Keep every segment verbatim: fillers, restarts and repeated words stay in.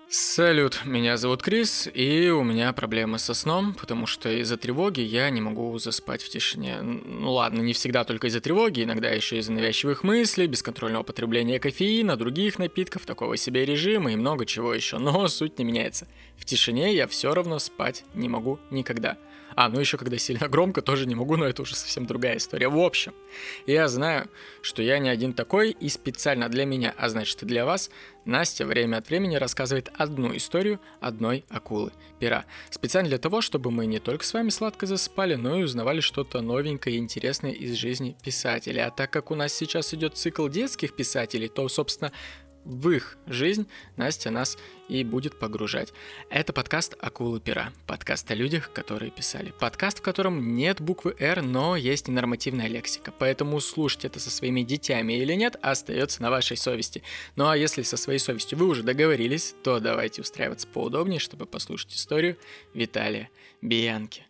Салют, меня зовут Крис, и у меня проблемы со сном, потому что из-за тревоги я не могу заспать в тишине. Ну ладно, не всегда только из-за тревоги, иногда еще из-за навязчивых мыслей, бесконтрольного потребления кофеина, других напитков, такого себе режима и много чего еще, но суть не меняется. В тишине я все равно спать не могу никогда. А, ну еще когда сильно громко, тоже не могу, но это уже совсем другая история. В общем, я знаю, что я не один такой, и специально для меня, а значит и для вас, Настя время от времени рассказывает одну историю одной акулы пера. Специально для того, чтобы мы не только с вами сладко засыпали, но и узнавали что-то новенькое и интересное из жизни писателей. А так как у нас сейчас идет цикл детских писателей, то, собственно, в их жизнь Настя нас и будет погружать. Это подкаст «Акулы пера». Подкаст о людях, которые писали. Подкаст, в котором нет буквы «Р», но есть ненормативная лексика. Поэтому слушать это со своими детьми или нет, остается на вашей совести. Ну а если со своей совестью вы уже договорились, то давайте устраиваться поудобнее, чтобы послушать историю Виталия Бианки.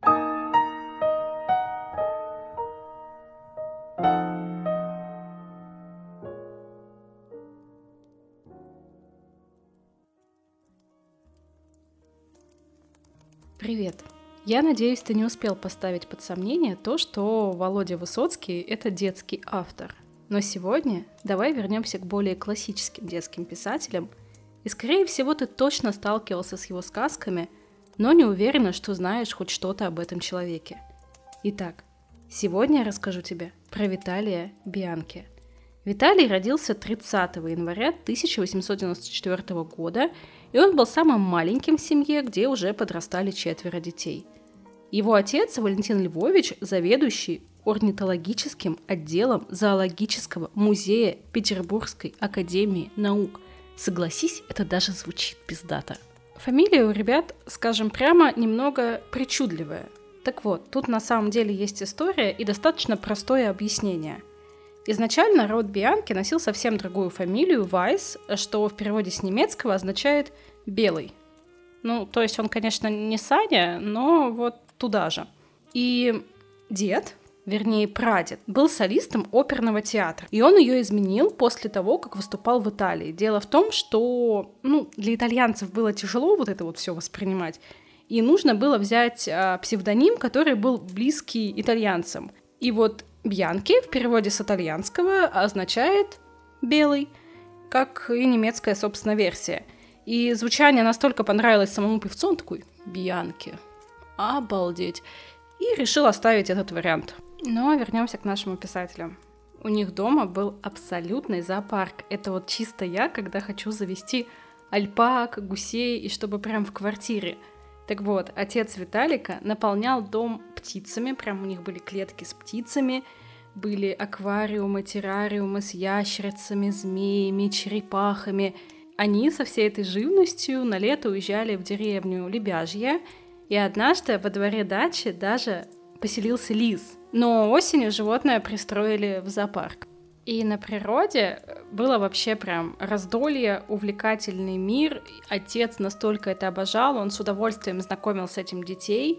Привет! Я надеюсь, ты не успел поставить под сомнение то, что Володя Высоцкий — это детский автор. Но сегодня давай вернемся к более классическим детским писателям, и, скорее всего, ты точно сталкивался с его сказками, но не уверена, что знаешь хоть что-то об этом человеке. Итак, сегодня я расскажу тебе про Виталия Бианки. Виталий родился тридцатого января тысяча восемьсот девяносто четвёртого года, и он был самым маленьким в семье, где уже подрастали четверо детей. Его отец, Валентин Львович, заведующий орнитологическим отделом зоологического музея Петербургской академии наук. Согласись, это даже звучит пиздато. Фамилия у ребят, скажем прямо, немного причудливая. Так вот, тут на самом деле есть история и достаточно простое объяснение. Изначально род Бианки носил совсем другую фамилию Вайс, что в переводе с немецкого означает «белый». Ну, то есть он, конечно, не Саня, но вот туда же. И дед, вернее прадед, был солистом оперного театра. И он ее изменил после того, как выступал в Италии. Дело в том, что ну, для итальянцев было тяжело вот это вот все воспринимать. И нужно было взять а, псевдоним, который был близкий итальянцам. И вот Бьянки в переводе с итальянского означает «белый», как и немецкая, собственно, версия. И звучание настолько понравилось самому певцу, он такой «Бьянки». Обалдеть. И решил оставить этот вариант. Но вернемся к нашему писателю. У них дома был абсолютный зоопарк. Это вот чисто я, когда хочу завести альпак, гусей, и чтобы прям в квартире. Так вот, отец Виталика наполнял дом птицами, прям у них были клетки с птицами, были аквариумы, террариумы с ящерицами, змеями, черепахами. Они со всей этой живностью на лето уезжали в деревню Лебяжье, и однажды во дворе дачи даже поселился лис. Но осенью животное пристроили в зоопарк. И на природе было вообще прям раздолье, увлекательный мир. Отец настолько это обожал, он с удовольствием знакомил с этим детей.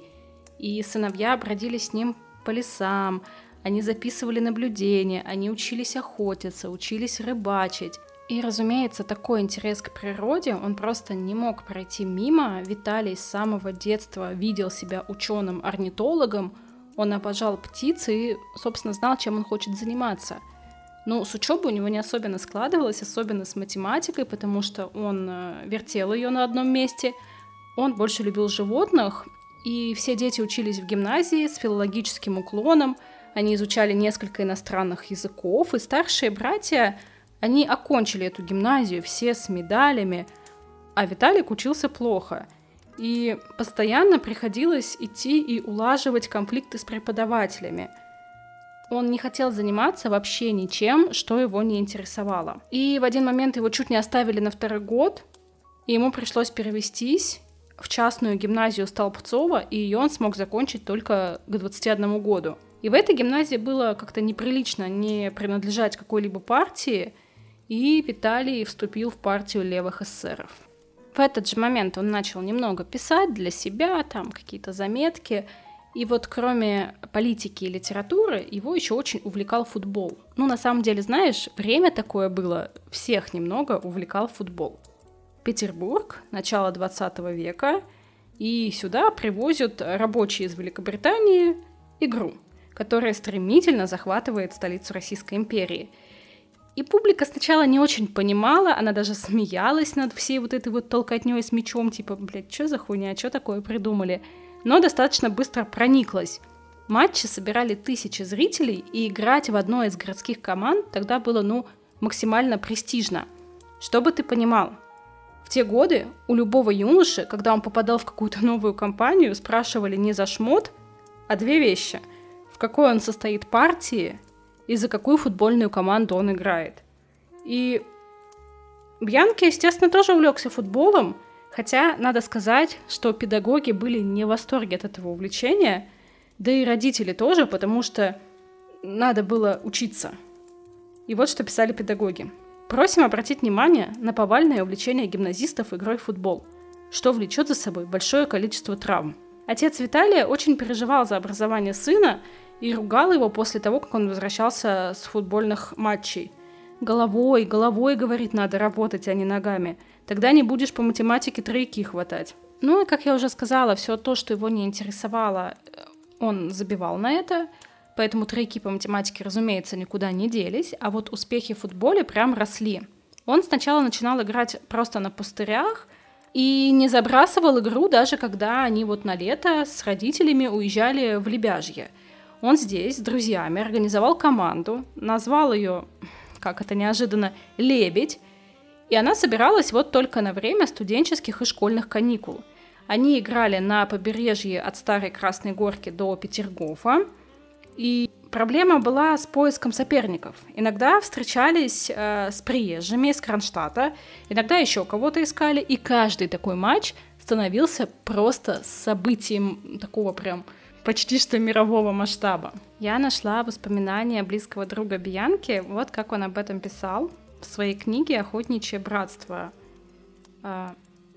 И сыновья бродили с ним по лесам, они записывали наблюдения, они учились охотиться, учились рыбачить. И, разумеется, такой интерес к природе, он просто не мог пройти мимо. Виталий с самого детства видел себя ученым-орнитологом, он обожал птиц и, собственно, знал, чем он хочет заниматься. Ну, с учебой у него не особенно складывалось, особенно с математикой, потому что он э, вертел ее на одном месте. Он больше любил животных, и все дети учились в гимназии с филологическим уклоном. Они изучали несколько иностранных языков, и старшие братья, они окончили эту гимназию все с медалями, а Виталик учился плохо. И постоянно приходилось идти и улаживать конфликты с преподавателями. Он не хотел заниматься вообще ничем, что его не интересовало. И в один момент его чуть не оставили на второй год, и ему пришлось перевестись в частную гимназию Столбцова, и ее он смог закончить только к двадцати одному году. И в этой гимназии было как-то неприлично не принадлежать какой-либо партии, и Виталий вступил в партию левых эсеров. В этот же момент он начал немного писать для себя, там какие-то заметки. И вот кроме политики и литературы, его еще очень увлекал футбол. Ну, на самом деле, знаешь, время такое было, всех немного увлекал футбол. Петербург, начало двадцатого века, и сюда привозят рабочие из Великобритании игру, которая стремительно захватывает столицу Российской империи. И публика сначала не очень понимала, она даже смеялась над всей вот этой вот толкотнёй с мечом, типа, блядь, что за хуйня, что такое придумали? Но достаточно быстро прониклась. Матчи собирали тысячи зрителей, и играть в одной из городских команд тогда было, ну, максимально престижно. Чтобы ты понимал, в те годы у любого юноши, когда он попадал в какую-то новую компанию, спрашивали не за шмот, а две вещи. В какой он состоит партии и за какую футбольную команду он играет. И Бьянки, естественно, тоже увлекся футболом, хотя надо сказать, что педагоги были не в восторге от этого увлечения, да и родители тоже, потому что надо было учиться. И вот что писали педагоги. Просим обратить внимание на повальное увлечение гимназистов игрой в футбол, что влечет за собой большое количество травм. Отец Виталия очень переживал за образование сына и ругал его после того, как он возвращался с футбольных матчей. Головой, головой, говорит, надо работать, а не ногами. Тогда не будешь по математике тройки хватать. Ну и, как я уже сказала, все то, что его не интересовало, он забивал на это. Поэтому тройки по математике, разумеется, никуда не делись, а вот успехи в футболе прям росли. Он сначала начинал играть просто на пустырях и не забрасывал игру, даже когда они вот на лето с родителями уезжали в Лебяжье. Он здесь с друзьями организовал команду, назвал ее, как это неожиданно, «Лебедь», и она собиралась вот только на время студенческих и школьных каникул. Они играли на побережье от Старой Красной Горки до Петергофа, и проблема была с поиском соперников. Иногда встречались э, с приезжими из Кронштадта, иногда еще кого-то искали, и каждый такой матч становился просто событием такого прям почти что мирового масштаба. Я нашла воспоминания близкого друга Бьянки, вот как он об этом писал в своей книге «Охотничье братство». Э,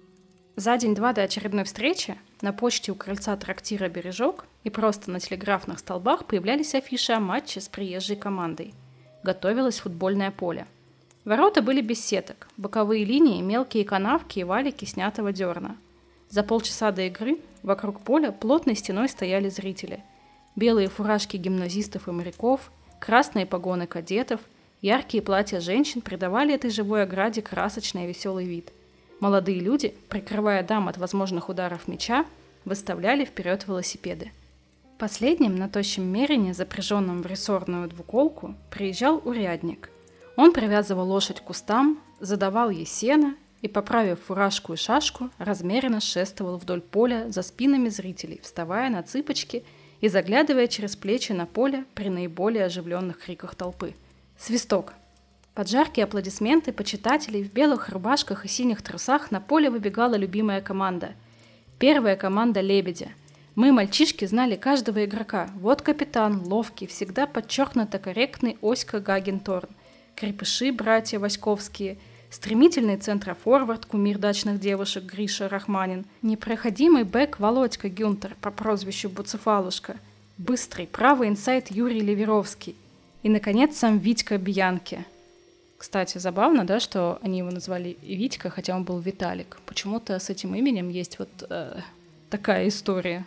За день-два до очередной встречи на почте у крыльца трактира «Бережок» и просто на телеграфных столбах появлялись афиши о матче с приезжей командой. Готовилось футбольное поле. Ворота были без сеток, боковые линии, мелкие канавки и валики снятого дерна. За полчаса до игры вокруг поля плотной стеной стояли зрители. Белые фуражки гимназистов и моряков, красные погоны кадетов, яркие платья женщин придавали этой живой ограде красочный и веселый вид. Молодые люди, прикрывая дам от возможных ударов мяча, выставляли вперед велосипеды. Последним на тощем мерине, запряженном в рессорную двуколку, приезжал урядник. Он привязывал лошадь к кустам, задавал ей сено и, поправив фуражку и шашку, размеренно шествовал вдоль поля за спинами зрителей, вставая на цыпочки и заглядывая через плечи на поле при наиболее оживленных криках толпы. Свисток. Под жаркие аплодисменты почитателей в белых рубашках и синих трусах на поле выбегала любимая команда. Первая команда «Лебедя». Мы, мальчишки, знали каждого игрока. Вот капитан, ловкий, всегда подчеркнуто корректный Оська Гагенторн. Крепыши, братья Васьковские. Стремительный центрофорвард, кумир дачных девушек Гриша Рахманин. Непроходимый бэк Володька Гюнтер по прозвищу Буцефалушка. Быстрый, правый инсайд Юрий Леверовский. И, наконец, сам Витька Бьянки. Кстати, забавно, да, что они его назвали Витька, хотя он был Виталик. Почему-то с этим именем есть вот э, такая история.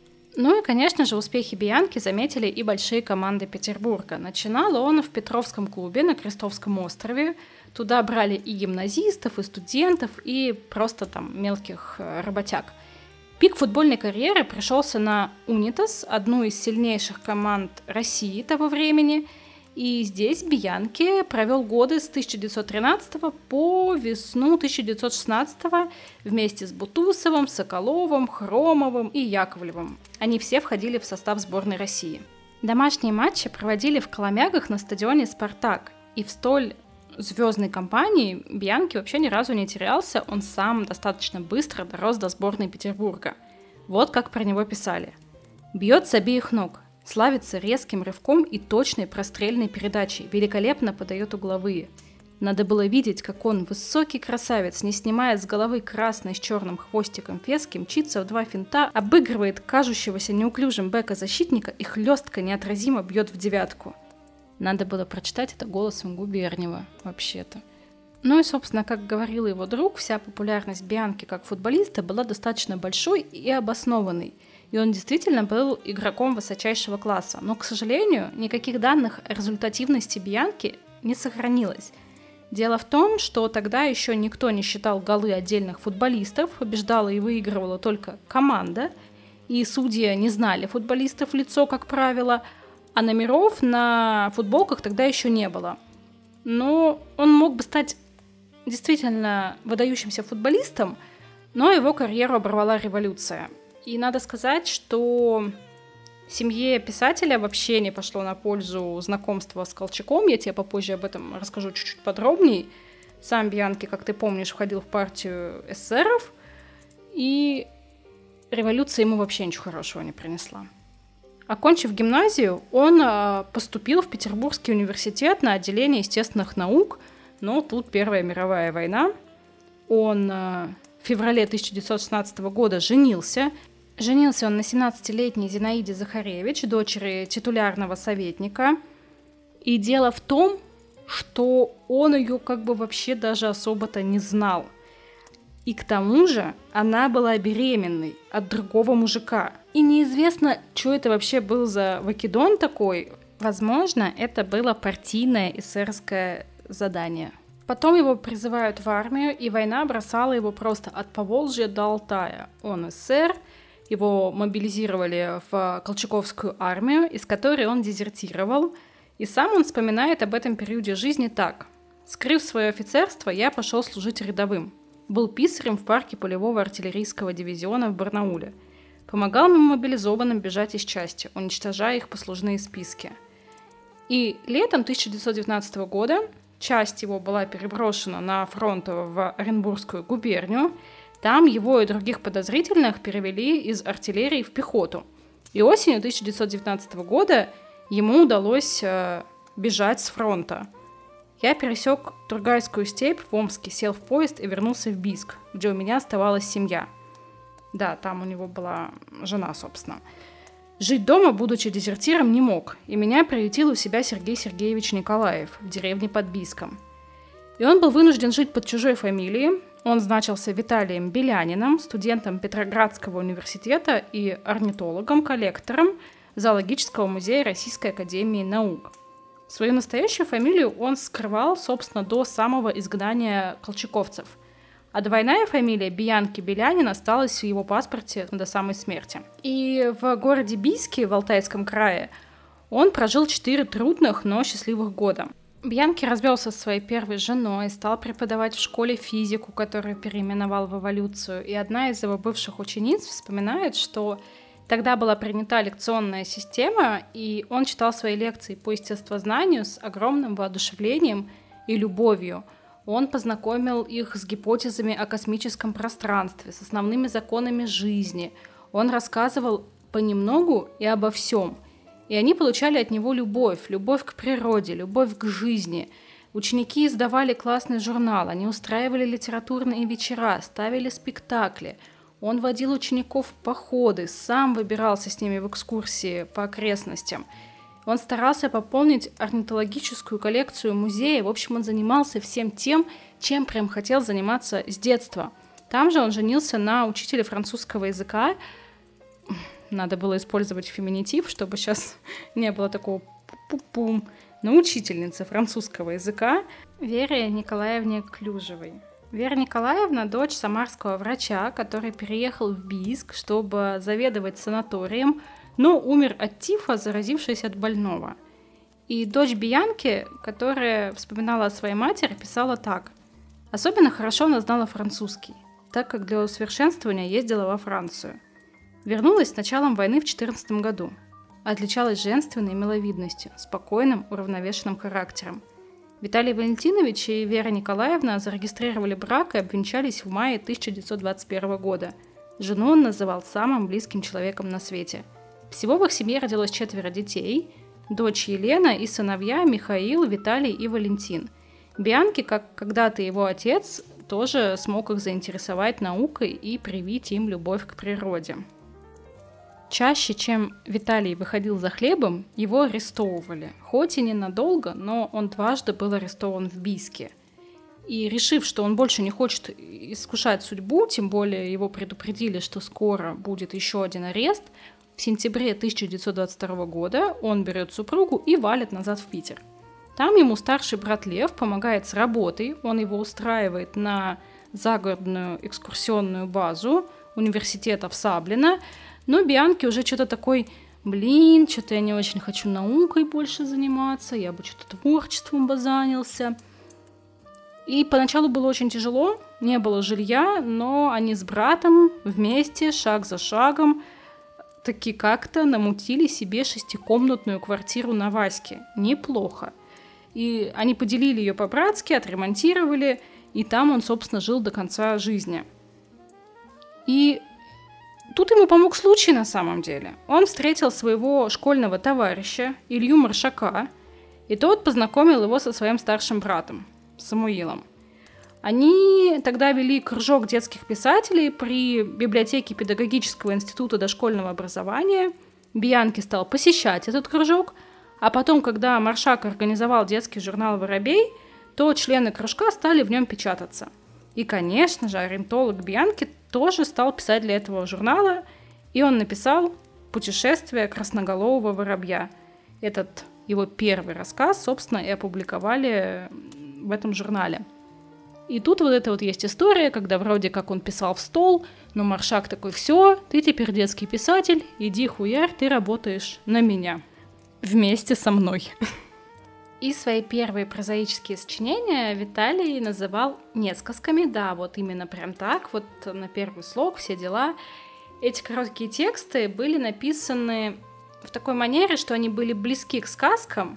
Ну и, конечно же, успехи Бьянки заметили и большие команды Петербурга. Начинал он в Петровском клубе на Крестовском острове. Туда брали и гимназистов, и студентов, и просто там мелких э, работяг. Пик футбольной карьеры пришелся на «Унитаз», одну из сильнейших команд России того времени. И здесь Бьянки провел годы с тысяча девятьсот тринадцатого по весну тысяча девятьсот шестнадцатого вместе с Бутусовым, Соколовым, Хромовым и Яковлевым. Они все входили в состав сборной России. Домашние матчи проводили в Коломягах на стадионе «Спартак». И в столь звездной компании Бьянки вообще ни разу не терялся, он сам достаточно быстро дорос до сборной Петербурга. Вот как про него писали. «Бьет с обеих ног. Славится резким рывком и точной прострельной передачей, великолепно подает угловые. Надо было видеть, как он, высокий красавец, не снимая с головы красной с черным хвостиком фески, мчится в два финта, обыгрывает кажущегося неуклюжим бэка-защитника и хлестко неотразимо бьет в девятку». Надо было прочитать это голосом Губерниева, вообще-то. Ну и, собственно, как говорил его друг, вся популярность Бианки как футболиста была достаточно большой и обоснованной. И он действительно был игроком высочайшего класса. Но, к сожалению, никаких данных о результативности Бианки не сохранилось. Дело в том, что тогда еще никто не считал голы отдельных футболистов, побеждала и выигрывала только команда, и судьи не знали футболистов в лицо, как правило, а номеров на футболках тогда еще не было. Но он мог бы стать действительно выдающимся футболистом, но его карьеру оборвала революция. И надо сказать, что семье писателя вообще не пошло на пользу знакомство с Колчаком. Я тебе попозже об этом расскажу чуть-чуть подробнее. Сам Бианки, как ты помнишь, входил в партию эсеров, и революция ему вообще ничего хорошего не принесла. Окончив гимназию, он поступил в Петербургский университет на отделение естественных наук, но тут Первая мировая война. Он в феврале тысяча девятьсот шестнадцатого года женился. Женился он на семнадцатилетней Зинаиде Захаревич, дочери титулярного советника. И дело в том, что он ее как бы вообще даже особо-то не знал. И к тому же она была беременной от другого мужика. И неизвестно, что это вообще был за вакидон такой. Возможно, это было партийное эсерское задание. Потом его призывают в армию, и война бросала его просто от Поволжья до Алтая. Он эсер, его мобилизировали в Колчаковскую армию, из которой он дезертировал. И сам он вспоминает об этом периоде жизни так. «Скрыв свое офицерство, я пошел служить рядовым. Был писарем в парке полевого артиллерийского дивизиона в Барнауле. Помогал мобилизованным бежать из части, уничтожая их послужные списки. И летом тысяча девятьсот девятнадцатого года часть его была переброшена на фронт в Оренбургскую губернию. Там его и других подозрительных перевели из артиллерии в пехоту. И осенью тысяча девятьсот девятнадцатого года ему удалось э, бежать с фронта. Я пересек Тургайскую степь в Омске, сел в поезд и вернулся в Бийск, где у меня оставалась семья. Да, там у него была жена, собственно. Жить дома, будучи дезертиром, не мог, и меня приютил у себя Сергей Сергеевич Николаев в деревне под Бийском. И он был вынужден жить под чужой фамилией. Он значился Виталием Беляниным, студентом Петроградского университета и орнитологом-коллектором Зоологического музея Российской академии наук. Свою настоящую фамилию он скрывал, собственно, до самого изгнания колчаковцев. А двойная фамилия Бианки Белянин осталась в его паспорте до самой смерти. И в городе Бийске, в Алтайском крае, он прожил четыре трудных, но счастливых года. Бианки развелся со своей первой женой, стал преподавать в школе физику, которую переименовал в эволюцию. И одна из его бывших учениц вспоминает, что тогда была принята лекционная система, и он читал свои лекции по естествознанию с огромным воодушевлением и любовью. Он познакомил их с гипотезами о космическом пространстве, с основными законами жизни. Он рассказывал понемногу и обо всем. И они получали от него любовь, любовь к природе, любовь к жизни. Ученики издавали классный журнал, они устраивали литературные вечера, ставили спектакли. Он водил учеников в походы, сам выбирался с ними в экскурсии по окрестностям. Он старался пополнить орнитологическую коллекцию музея. В общем, он занимался всем тем, чем прям хотел заниматься с детства. Там же он женился на учителе французского языка. Надо было использовать феминитив, чтобы сейчас не было такого пу-пу-пум. На учительнице французского языка Вере Николаевне Клюжевой. Вера Николаевна – дочь самарского врача, который переехал в Бийск, чтобы заведовать санаторием, но умер от тифа, заразившись от больного. И дочь Бианки, которая вспоминала о своей матери, писала так. «Особенно хорошо она знала французский, так как для усовершенствования ездила во Францию. Вернулась с началом войны в четырнадцатом году. Отличалась женственной миловидностью, спокойным, уравновешенным характером. Виталий Валентинович и Вера Николаевна зарегистрировали брак и обвенчались в мае тысяча девятьсот двадцать первого года. Жену он называл самым близким человеком на свете. Всего в их семье родилось четверо детей, дочь Елена и сыновья Михаил, Виталий и Валентин. Бианки, как когда-то его отец, тоже смог их заинтересовать наукой и привить им любовь к природе. Чаще, чем Виталий выходил за хлебом, его арестовывали. Хоть и ненадолго, но он дважды был арестован в Бийске. И решив, что он больше не хочет искушать судьбу, тем более его предупредили, что скоро будет еще один арест, в сентябре тысяча девятьсот двадцать второго года он берет супругу и валит назад в Питер. Там ему старший брат Лев помогает с работой, он его устраивает на загородную экскурсионную базу университета в Саблино, но Бианки уже что-то такой: блин, что-то я не очень хочу наукой больше заниматься, я бы что-то творчеством бы занялся. И поначалу было очень тяжело, не было жилья, но они с братом вместе, шаг за шагом, таки как-то намутили себе шестикомнатную квартиру на Ваське. Неплохо. И они поделили ее по-братски, отремонтировали, и там он, собственно, жил до конца жизни. И тут ему помог случай на самом деле. Он встретил своего школьного товарища Илью Маршака, и тот познакомил его со своим старшим братом Самуилом. Они тогда вели кружок детских писателей при библиотеке педагогического института дошкольного образования. Бианки стал посещать этот кружок, а потом, когда Маршак организовал детский журнал «Воробей», то члены кружка стали в нем печататься. И, конечно же, орнитолог Бианки тоже стал писать для этого журнала, и он написал «Путешествие красноголового воробья». Этот его первый рассказ, собственно, и опубликовали в этом журнале. И тут вот это вот есть история, когда вроде как он писал в стол, но Маршак такой: все, ты теперь детский писатель, иди хуярь, ты работаешь на меня. Вместе со мной. И свои первые прозаические сочинения Виталий называл несказками, да, вот именно прям так, вот на первый слог, все дела. Эти короткие тексты были написаны в такой манере, что они были близки к сказкам,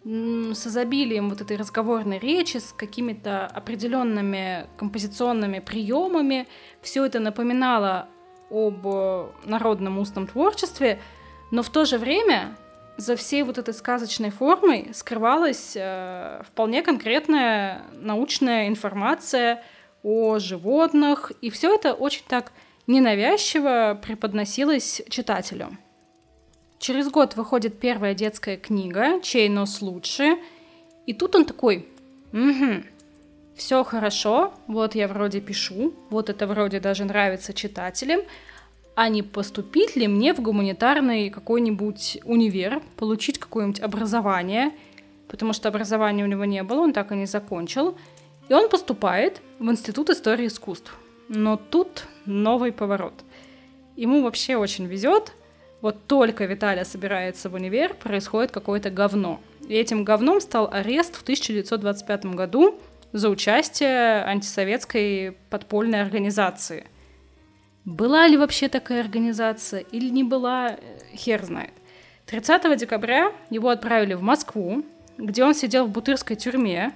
с изобилием вот этой разговорной речи, с какими-то определенными композиционными приемами. Все это напоминало об народном устном творчестве, но в то же время за всей вот этой сказочной формой скрывалась э, вполне конкретная научная информация о животных, и все это очень так ненавязчиво преподносилось читателю. Через год выходит первая детская книга «Чей нос лучше?», и тут он такой: угу, все хорошо, вот я вроде пишу, вот это вроде даже нравится читателям, а не поступить ли мне в гуманитарный какой-нибудь универ, получить какое-нибудь образование, потому что образования у него не было, он так и не закончил, и он поступает в Институт истории искусств. Но тут новый поворот. Ему вообще очень везет. Вот только Виталя собирается в универ, происходит какое-то говно. И этим говном стал арест в тысяча девятьсот двадцать пятом году за участие антисоветской подпольной организации. Была ли вообще такая организация или не была, хер знает. тридцатого декабря его отправили в Москву, где он сидел в Бутырской тюрьме.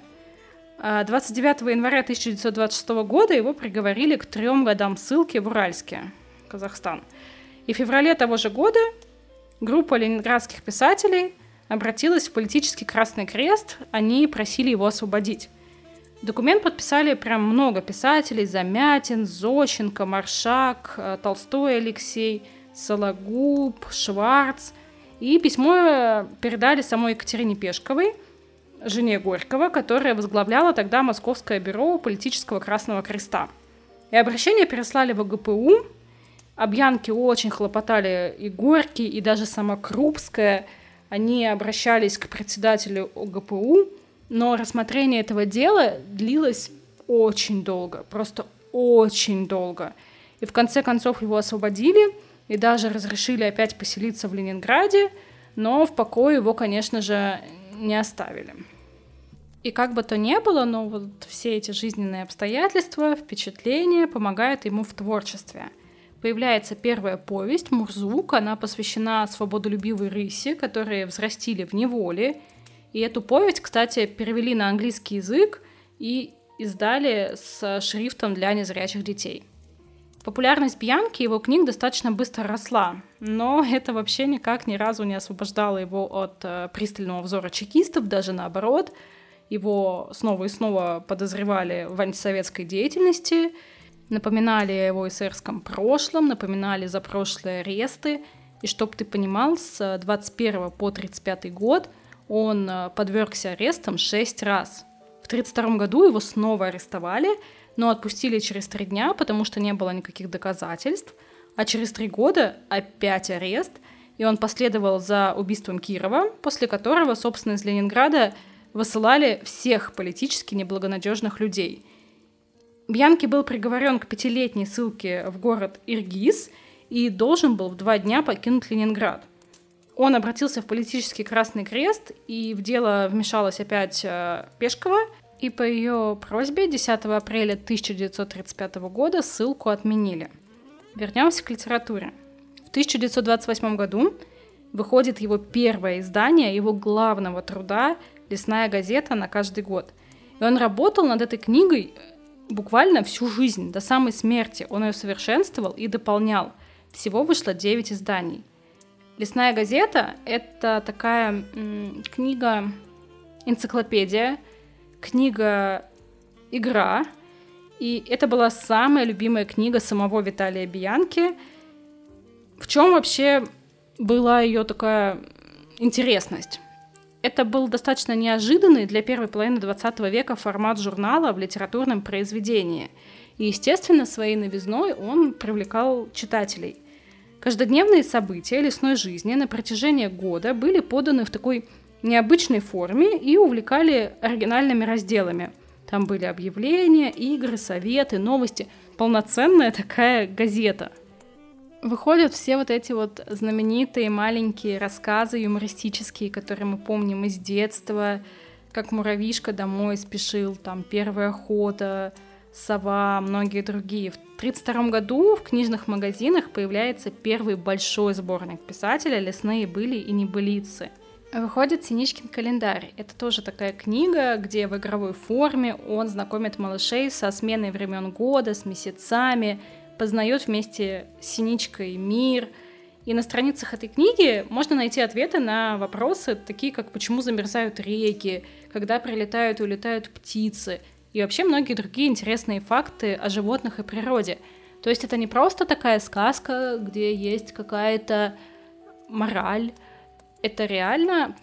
А двадцать девятого января тысяча девятьсот двадцать шестого года его приговорили к трем годам ссылки в Уральске, Казахстан. И в феврале того же года группа ленинградских писателей обратилась в политический Красный Крест, они просили его освободить. Документ подписали прям много писателей: Замятин, Зощенко, Маршак, Толстой Алексей, Сологуб, Шварц. И письмо передали самой Екатерине Пешковой, жене Горького, которая возглавляла тогда Московское бюро политического Красного Креста. И обращение переслали в о гэ пэ у. Об Янке очень хлопотали и Горький, и даже сама Крупская. Они обращались к председателю о гэ пэ у, но рассмотрение этого дела длилось очень долго, просто очень долго. И в конце концов его освободили и даже разрешили опять поселиться в Ленинграде, но в покое его, конечно же, не оставили. И как бы то ни было, но вот все эти жизненные обстоятельства, впечатления помогают ему в творчестве. Появляется первая повесть «Мурзук», она посвящена свободолюбивой рысе, которые взрастили в неволе. И эту повесть, кстати, перевели на английский язык и издали с шрифтом для незрячих детей. Популярность Бьянки и его книг достаточно быстро росла, но это вообще никак ни разу не освобождало его от э, пристального взора чекистов, даже наоборот. Его снова и снова подозревали в антисоветской деятельности, напоминали о его эсерском прошлом, напоминали за прошлые аресты. И чтоб ты понимал, с двадцать первого по тридцать пятый год он подвергся арестам шесть раз. В тридцать втором году его снова арестовали, но отпустили через три дня, потому что не было никаких доказательств. А через три года опять арест, и он последовал за убийством Кирова, после которого, собственно, из Ленинграда высылали всех политически неблагонадежных людей. Бьянки был приговорен к пятилетней ссылке в город Иргиз и должен был в два дня покинуть Ленинград. Он обратился в политический Красный Крест, и в дело вмешалась опять э, Пешкова, и по ее просьбе десятого апреля тысяча девятьсот тридцать пятого года ссылку отменили. Вернемся к литературе. В тысяча девятьсот двадцать восьмом году выходит его первое издание его главного труда «Лесная газета» на каждый год. И он работал над этой книгой буквально всю жизнь, до самой смерти. Он ее совершенствовал и дополнял. Всего вышло девять изданий. «Лесная газета» — это такая м, книга-энциклопедия, книга-игра, и это была самая любимая книга самого Виталия Бьянки. В чем вообще была ее такая интересность? Это был достаточно неожиданный для первой половины двадцатого века формат журнала в литературном произведении. И, естественно, своей новизной он привлекал читателей. Каждодневные события лесной жизни на протяжении года были поданы в такой необычной форме и увлекали оригинальными разделами. Там были объявления, игры, советы, новости. Полноценная такая газета. Выходят все вот эти вот знаменитые маленькие рассказы юмористические, которые мы помним из детства, как «Муравьишка домой спешил», там «Первая охота», «Сова», многие другие. В тридцать втором году в книжных магазинах появляется первый большой сборник писателя «Лесные были и небылицы». Выходит «Синичкин календарь». Это тоже такая книга, где в игровой форме он знакомит малышей со сменой времен года, с месяцами, познает вместе с Синичкой мир. И на страницах этой книги можно найти ответы на вопросы, такие как почему замерзают реки, когда прилетают и улетают птицы, и вообще многие другие интересные факты о животных и природе. То есть это не просто такая сказка, где есть какая-то мораль. Это реально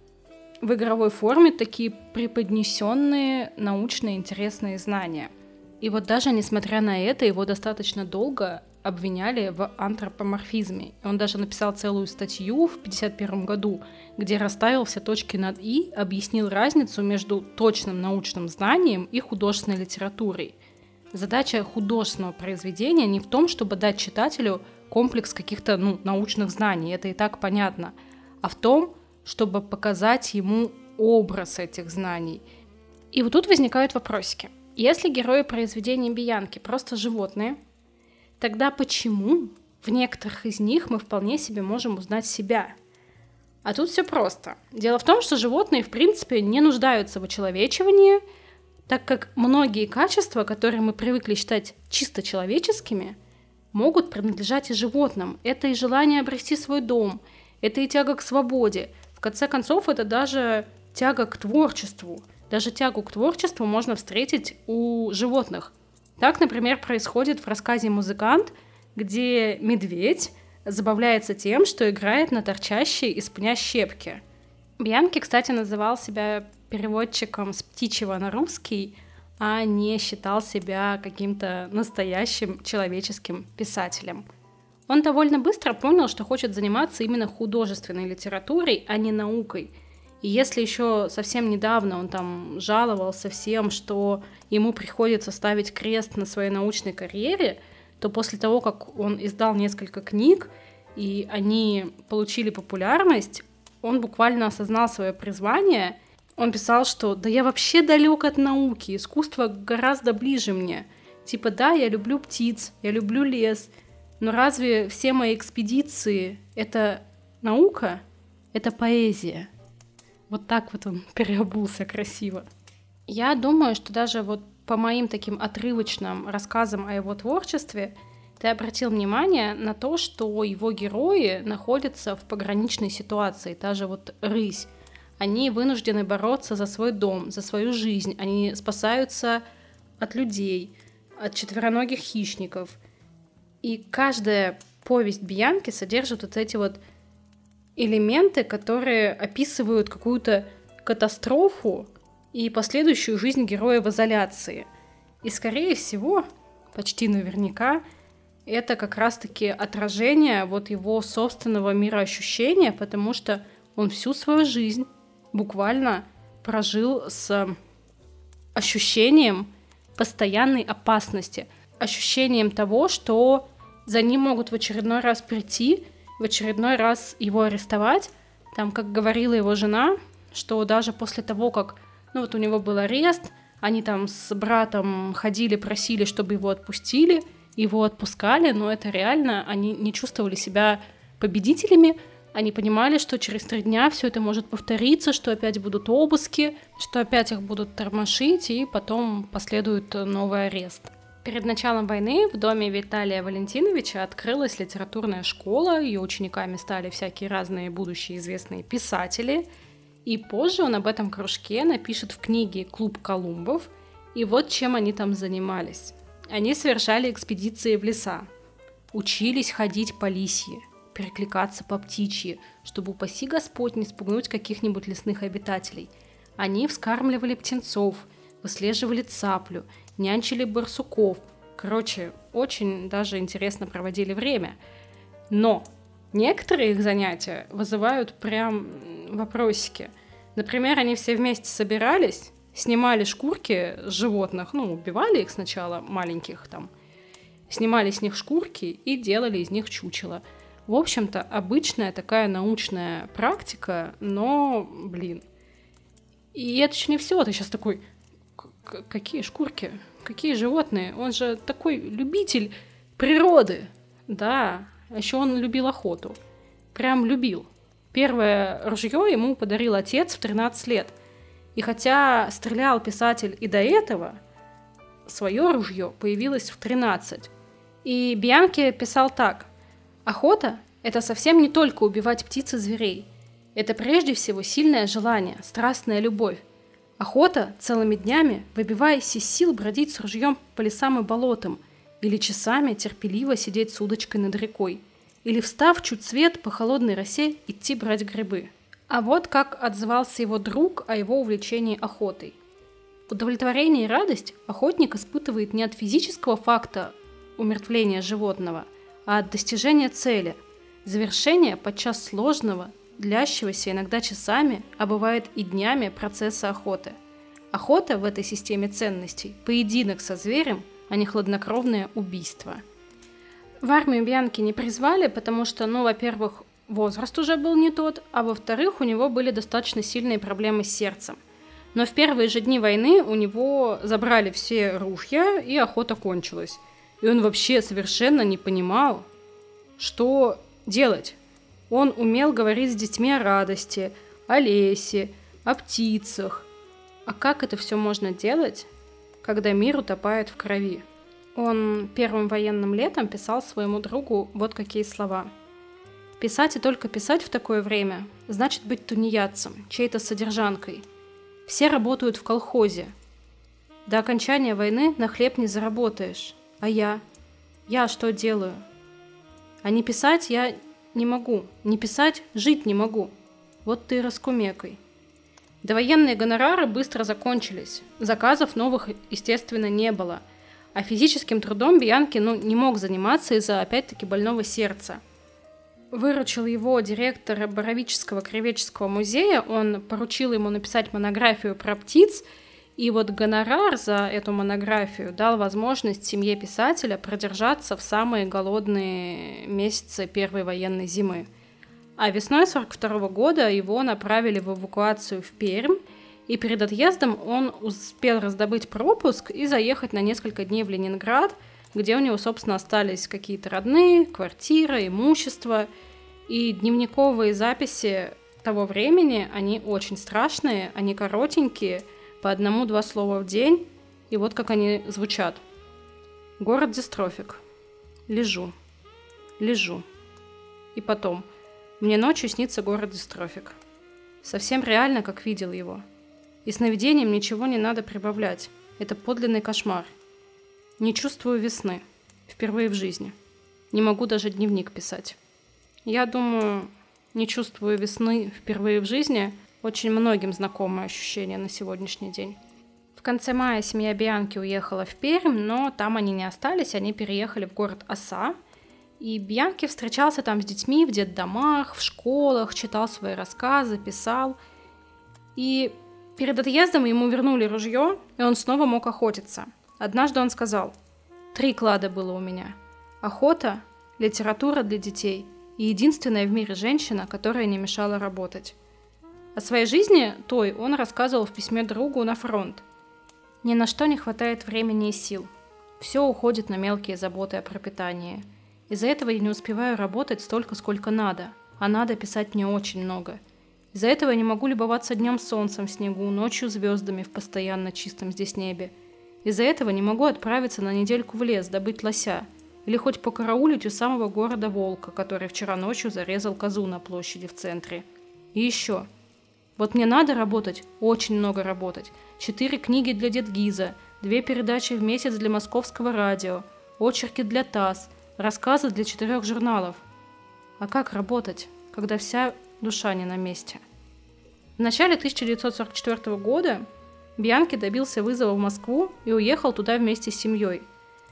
в игровой форме такие преподнесенные научные интересные знания. И вот даже несмотря на это, его достаточно долго обвиняли в антропоморфизме. И он даже написал целую статью в пятьдесят первом году, где расставил все точки над «и», объяснил разницу между точным научным знанием и художественной литературой. Задача художественного произведения не в том, чтобы дать читателю комплекс каких-то ну, научных знаний, это и так понятно, а в том, чтобы показать ему образ этих знаний. И вот тут возникают вопросики. Если герои произведений Бьянки просто животные, тогда почему в некоторых из них мы вполне себе можем узнать себя? А тут все просто. Дело в том, что животные в принципе не нуждаются в очеловечивании, так как многие качества, которые мы привыкли считать чисто человеческими, могут принадлежать и животным. Это и желание обрести свой дом, это и тяга к свободе. В конце концов, это даже тяга к творчеству. Даже тягу к творчеству можно встретить у животных. Так, например, происходит в рассказе «Музыкант», где медведь забавляется тем, что играет на торчащей из пня щепке. Бьянки, кстати, называл себя переводчиком с птичьего на русский, а не считал себя каким-то настоящим человеческим писателем. Он довольно быстро понял, что хочет заниматься именно художественной литературой, а не наукой. И если еще совсем недавно он там жаловался всем, что ему приходится ставить крест на своей научной карьере, то после того, как он издал несколько книг, и они получили популярность, он буквально осознал свое призвание. Он писал, что «да я вообще далек от науки, искусство гораздо ближе мне. Типа да, я люблю птиц, я люблю лес, но разве все мои экспедиции — это наука? Это поэзия». Вот так вот он переобулся красиво. Я думаю, что даже вот по моим таким отрывочным рассказам о его творчестве ты обратил внимание на то, что его герои находятся в пограничной ситуации. Та же вот рысь. Они вынуждены бороться за свой дом, за свою жизнь. Они спасаются от людей, от четвероногих хищников. И каждая повесть Бьянки содержит вот эти вот элементы, которые описывают какую-то катастрофу, и последующую жизнь героя в изоляции. И, скорее всего, почти наверняка, это как раз-таки отражение вот его собственного мироощущения, потому что он всю свою жизнь буквально прожил с ощущением постоянной опасности, ощущением того, что за ним могут в очередной раз прийти, в очередной раз его арестовать. Там, как говорила его жена, что даже после того, как ну, вот у него был арест, они там с братом ходили, просили, чтобы его отпустили, его отпускали, но это реально, они не чувствовали себя победителями, они понимали, что через три дня все это может повториться, что опять будут обыски, что опять их будут тормошить, и потом последует новый арест. Перед началом войны в доме Виталия Валентиновича открылась литературная школа, ее учениками стали всякие разные будущие известные писатели, и позже он об этом кружке напишет в книге «Клуб Колумбов», и вот чем они там занимались. Они совершали экспедиции в леса, учились ходить по лисье, перекликаться по птичьи, чтобы, упаси Господь, не спугнуть каких-нибудь лесных обитателей. Они вскармливали птенцов, выслеживали цаплю, нянчили барсуков. Короче, очень даже интересно проводили время. Но некоторые их занятия вызывают прям вопросики. Например, они все вместе собирались, снимали шкурки с животных, ну, убивали их сначала, маленьких там, снимали с них шкурки и делали из них чучело. В общем-то, обычная такая научная практика, но, блин. И это еще не все. Ты сейчас такой, какие шкурки, какие животные? Он же такой любитель природы. Да, еще он любил охоту. Прям любил. Первое ружье ему подарил отец в тринадцать лет. И хотя стрелял писатель и до этого, свое ружье появилось в тринадцать. И Бьянки писал так. Охота – это совсем не только убивать птиц и зверей. Это прежде всего сильное желание, страстная любовь. Охота целыми днями, выбиваясь из сил, бродить с ружьем по лесам и болотам, или часами терпеливо сидеть с удочкой над рекой, или, встав чуть свет, по холодной росе идти брать грибы. А вот как отзывался его друг о его увлечении охотой. Удовлетворение и радость охотник испытывает не от физического факта умертвления животного, а от достижения цели, завершения подчас сложного, длящегося иногда часами, а бывает и днями процесса охоты. Охота в этой системе ценностей – поединок со зверем, а не хладнокровное убийство. В армию Бьянки не призвали, потому что, ну, во-первых, возраст уже был не тот, а во-вторых, у него были достаточно сильные проблемы с сердцем. Но в первые же дни войны у него забрали все ружья, и охота кончилась. И он вообще совершенно не понимал, что делать. Он умел говорить с детьми о радости, о лесе, о птицах. А как это все можно делать, когда мир утопает в крови? Он первым военным летом писал своему другу вот какие слова. «Писать и только писать в такое время значит быть тунеядцем, чьей-то содержанкой. Все работают в колхозе. До окончания войны на хлеб не заработаешь. А я? Я что делаю? А не писать я не могу. Не писать жить не могу. Вот ты раскумекай». Довоенные гонорары быстро закончились. Заказов новых, естественно, не было. А физическим трудом Бьянки ну, не мог заниматься из-за, опять-таки, больного сердца. Выручил его директор Боровического краеведческого музея, он поручил ему написать монографию про птиц, и вот гонорар за эту монографию дал возможность семье писателя продержаться в самые голодные месяцы первой военной зимы. А весной сорок второго года его направили в эвакуацию в Пермь, и перед отъездом он успел раздобыть пропуск и заехать на несколько дней в Ленинград, где у него, собственно, остались какие-то родные, квартира, имущество. И дневниковые записи того времени, они очень страшные, они коротенькие, по одному-два слова в день, и вот как они звучат. Город дистрофик. Лежу. Лежу. И потом. Мне ночью снится город дистрофик. Совсем реально, как видел его. И сновидениям ничего не надо прибавлять. Это подлинный кошмар. Не чувствую весны. Впервые в жизни. Не могу даже дневник писать. Я думаю, не чувствую весны впервые в жизни. Очень многим знакомое ощущение на сегодняшний день. В конце мая семья Бьянки уехала в Пермь, но там они не остались, они переехали в город Оса. И Бьянки встречался там с детьми в детдомах, в школах, читал свои рассказы, писал. И перед отъездом ему вернули ружье, и он снова мог охотиться. Однажды он сказал: «Три клада было у меня. Охота, литература для детей и единственная в мире женщина, которая не мешала работать». О своей жизни той он рассказывал в письме другу на фронт. «Ни на что не хватает времени и сил. Все уходит на мелкие заботы о пропитании. Из-за этого я не успеваю работать столько, сколько надо, а надо писать мне очень много. Из-за этого я не могу любоваться днем солнцем в снегу, ночью звездами в постоянно чистом здесь небе. Из-за этого не могу отправиться на недельку в лес добыть лося или хоть покараулить у самого города волка, который вчера ночью зарезал козу на площади в центре. И еще. Вот мне надо работать, очень много работать. Четыре книги для Дедгиза, две передачи в месяц для московского радио, очерки для ТАСС, рассказы для четырех журналов. А как работать, когда вся душа не на месте?» В начале тысяча девятьсот сорок четвёртого года Бьянки добился вызова в Москву и уехал туда вместе с семьей.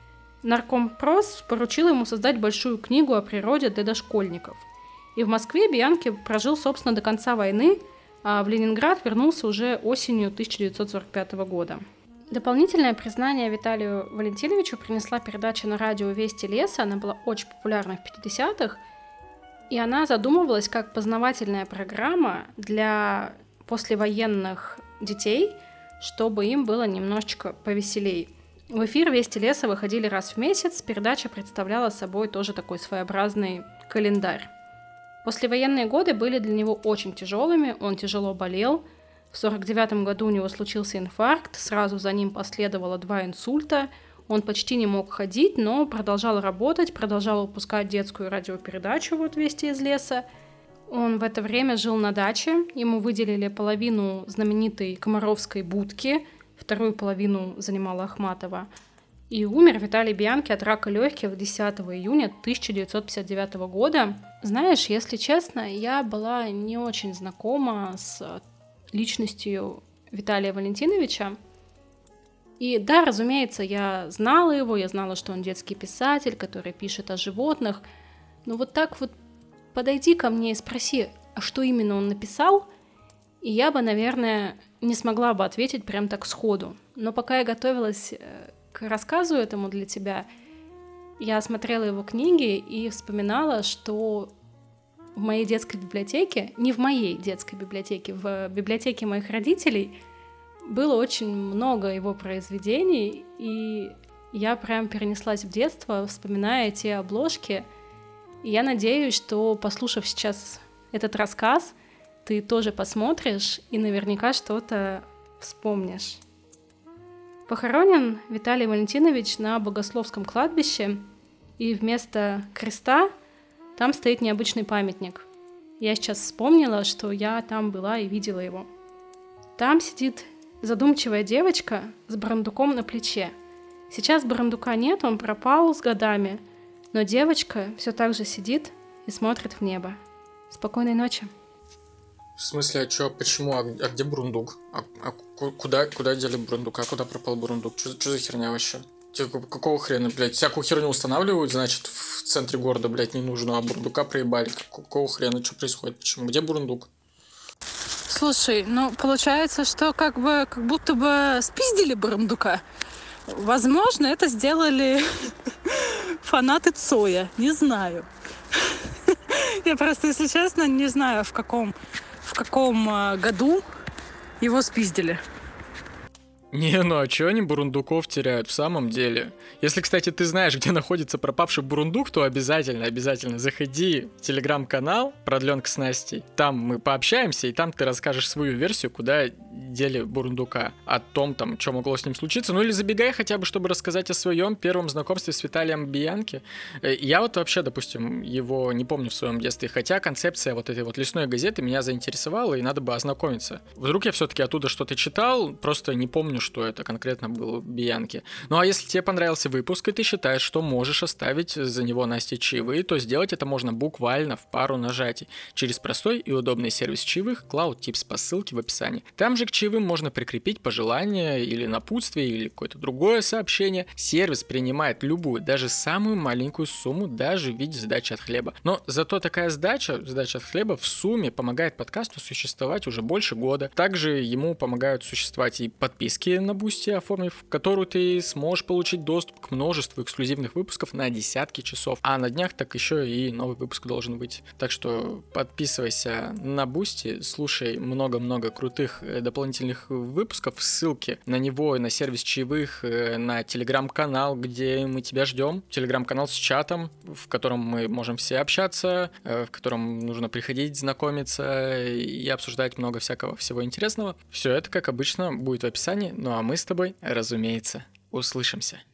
Наркомпрос поручил ему создать большую книгу о природе для дошкольников. И в Москве Бьянки прожил, собственно, до конца войны, а в Ленинград вернулся уже осенью тысяча девятьсот сорок пятого года. Дополнительное признание Виталию Валентиновичу принесла передача на радио «Вести леса». Она была очень популярна в пятидесятых, и она задумывалась как познавательная программа для послевоенных детей, чтобы им было немножечко повеселей. В эфир «Вести леса» выходили раз в месяц, передача представляла собой тоже такой своеобразный календарь. Послевоенные годы были для него очень тяжелыми, он тяжело болел. В сорок девятом году у него случился инфаркт, сразу за ним последовало два инсульта. Он почти не мог ходить, но продолжал работать, продолжал выпускать детскую радиопередачу «Вот вести из леса». Он в это время жил на даче, ему выделили половину знаменитой Комаровской будки, вторую половину занимала Ахматова. И умер Виталий Бьянки от рака легких десятого июня тысяча девятьсот пятьдесят девятого года. Знаешь, если честно, я была не очень знакома с личностью Виталия Валентиновича. И да, разумеется, я знала его, я знала, что он детский писатель, который пишет о животных. Но вот так вот подойди ко мне и спроси, а что именно он написал, и я бы, наверное, не смогла бы ответить прям так сходу. Но пока я готовилась к рассказу этому для тебя, я смотрела его книги и вспоминала, что в моей детской библиотеке, не в моей детской библиотеке, в библиотеке моих родителей было очень много его произведений, и я прям перенеслась в детство, вспоминая те обложки. И я надеюсь, что, послушав сейчас этот рассказ, ты тоже посмотришь и наверняка что-то вспомнишь. Похоронен Виталий Валентинович на Богословском кладбище, и вместо креста там стоит необычный памятник. Я сейчас вспомнила, что я там была и видела его. Там сидит задумчивая девочка с бурундуком на плече. Сейчас бурундука нет, он пропал с годами, но девочка все так же сидит и смотрит в небо. Спокойной ночи. В смысле, а чё, почему, а, а где бурундук? А, а куда, куда дели бурундука, куда пропал бурундук? Чё, чё за херня вообще? Тебе какого хрена, блядь? Всякую херню устанавливают, значит, в центре города, блядь, не нужно, а бурундука проебали. Какого хрена, что происходит? Почему? Где бурундук? Слушай, ну, получается, что как бы, как будто бы спиздили бурундука. Возможно, это сделали фанаты Цоя, не знаю. Я просто, если честно, не знаю, в каком, в каком году его спиздили. Не, ну а чё они бурундуков теряют в самом деле? Если, кстати, ты знаешь, где находится пропавший бурундук, то обязательно, обязательно заходи в телеграм-канал «Продленка с Настей». Там мы пообщаемся, и там ты расскажешь свою версию, куда дели бурундука. О том, там, что могло с ним случиться. Ну или забегай хотя бы, чтобы рассказать о своем первом знакомстве с Виталием Бьянки. Я вот вообще, допустим, его не помню в своем детстве, хотя концепция вот этой вот лесной газеты меня заинтересовала, и надо бы ознакомиться. Вдруг я все-таки оттуда что-то читал, просто не помню, что это конкретно был Бьянки. Ну а если тебе понравился выпуск, и ты считаешь, что можешь оставить за него Насте чаевые, то сделать это можно буквально в пару нажатий через простой и удобный сервис чаевых CloudTips по ссылке в описании. Там же к чаевым можно прикрепить пожелания или напутствие, или какое-то другое сообщение. Сервис принимает любую, даже самую маленькую сумму, даже в виде сдачи от хлеба. Но зато такая сдача, сдача от хлеба в сумме помогает подкасту существовать уже больше года. Также ему помогают существовать и подписки на Boosty, оформив которую ты сможешь получить доступ к множеству эксклюзивных выпусков на десятки часов. А на днях так еще и новый выпуск должен быть. Так что подписывайся на Boosty, слушай много-много крутых дополнительных выпусков, ссылки на него, на сервис чаевых, на телеграм-канал, где мы тебя ждем. Телеграм-канал с чатом, в котором мы можем все общаться, в котором нужно приходить, знакомиться и обсуждать много всякого всего интересного. Все это, как обычно, будет в описании. Ну а мы с тобой, разумеется, услышимся.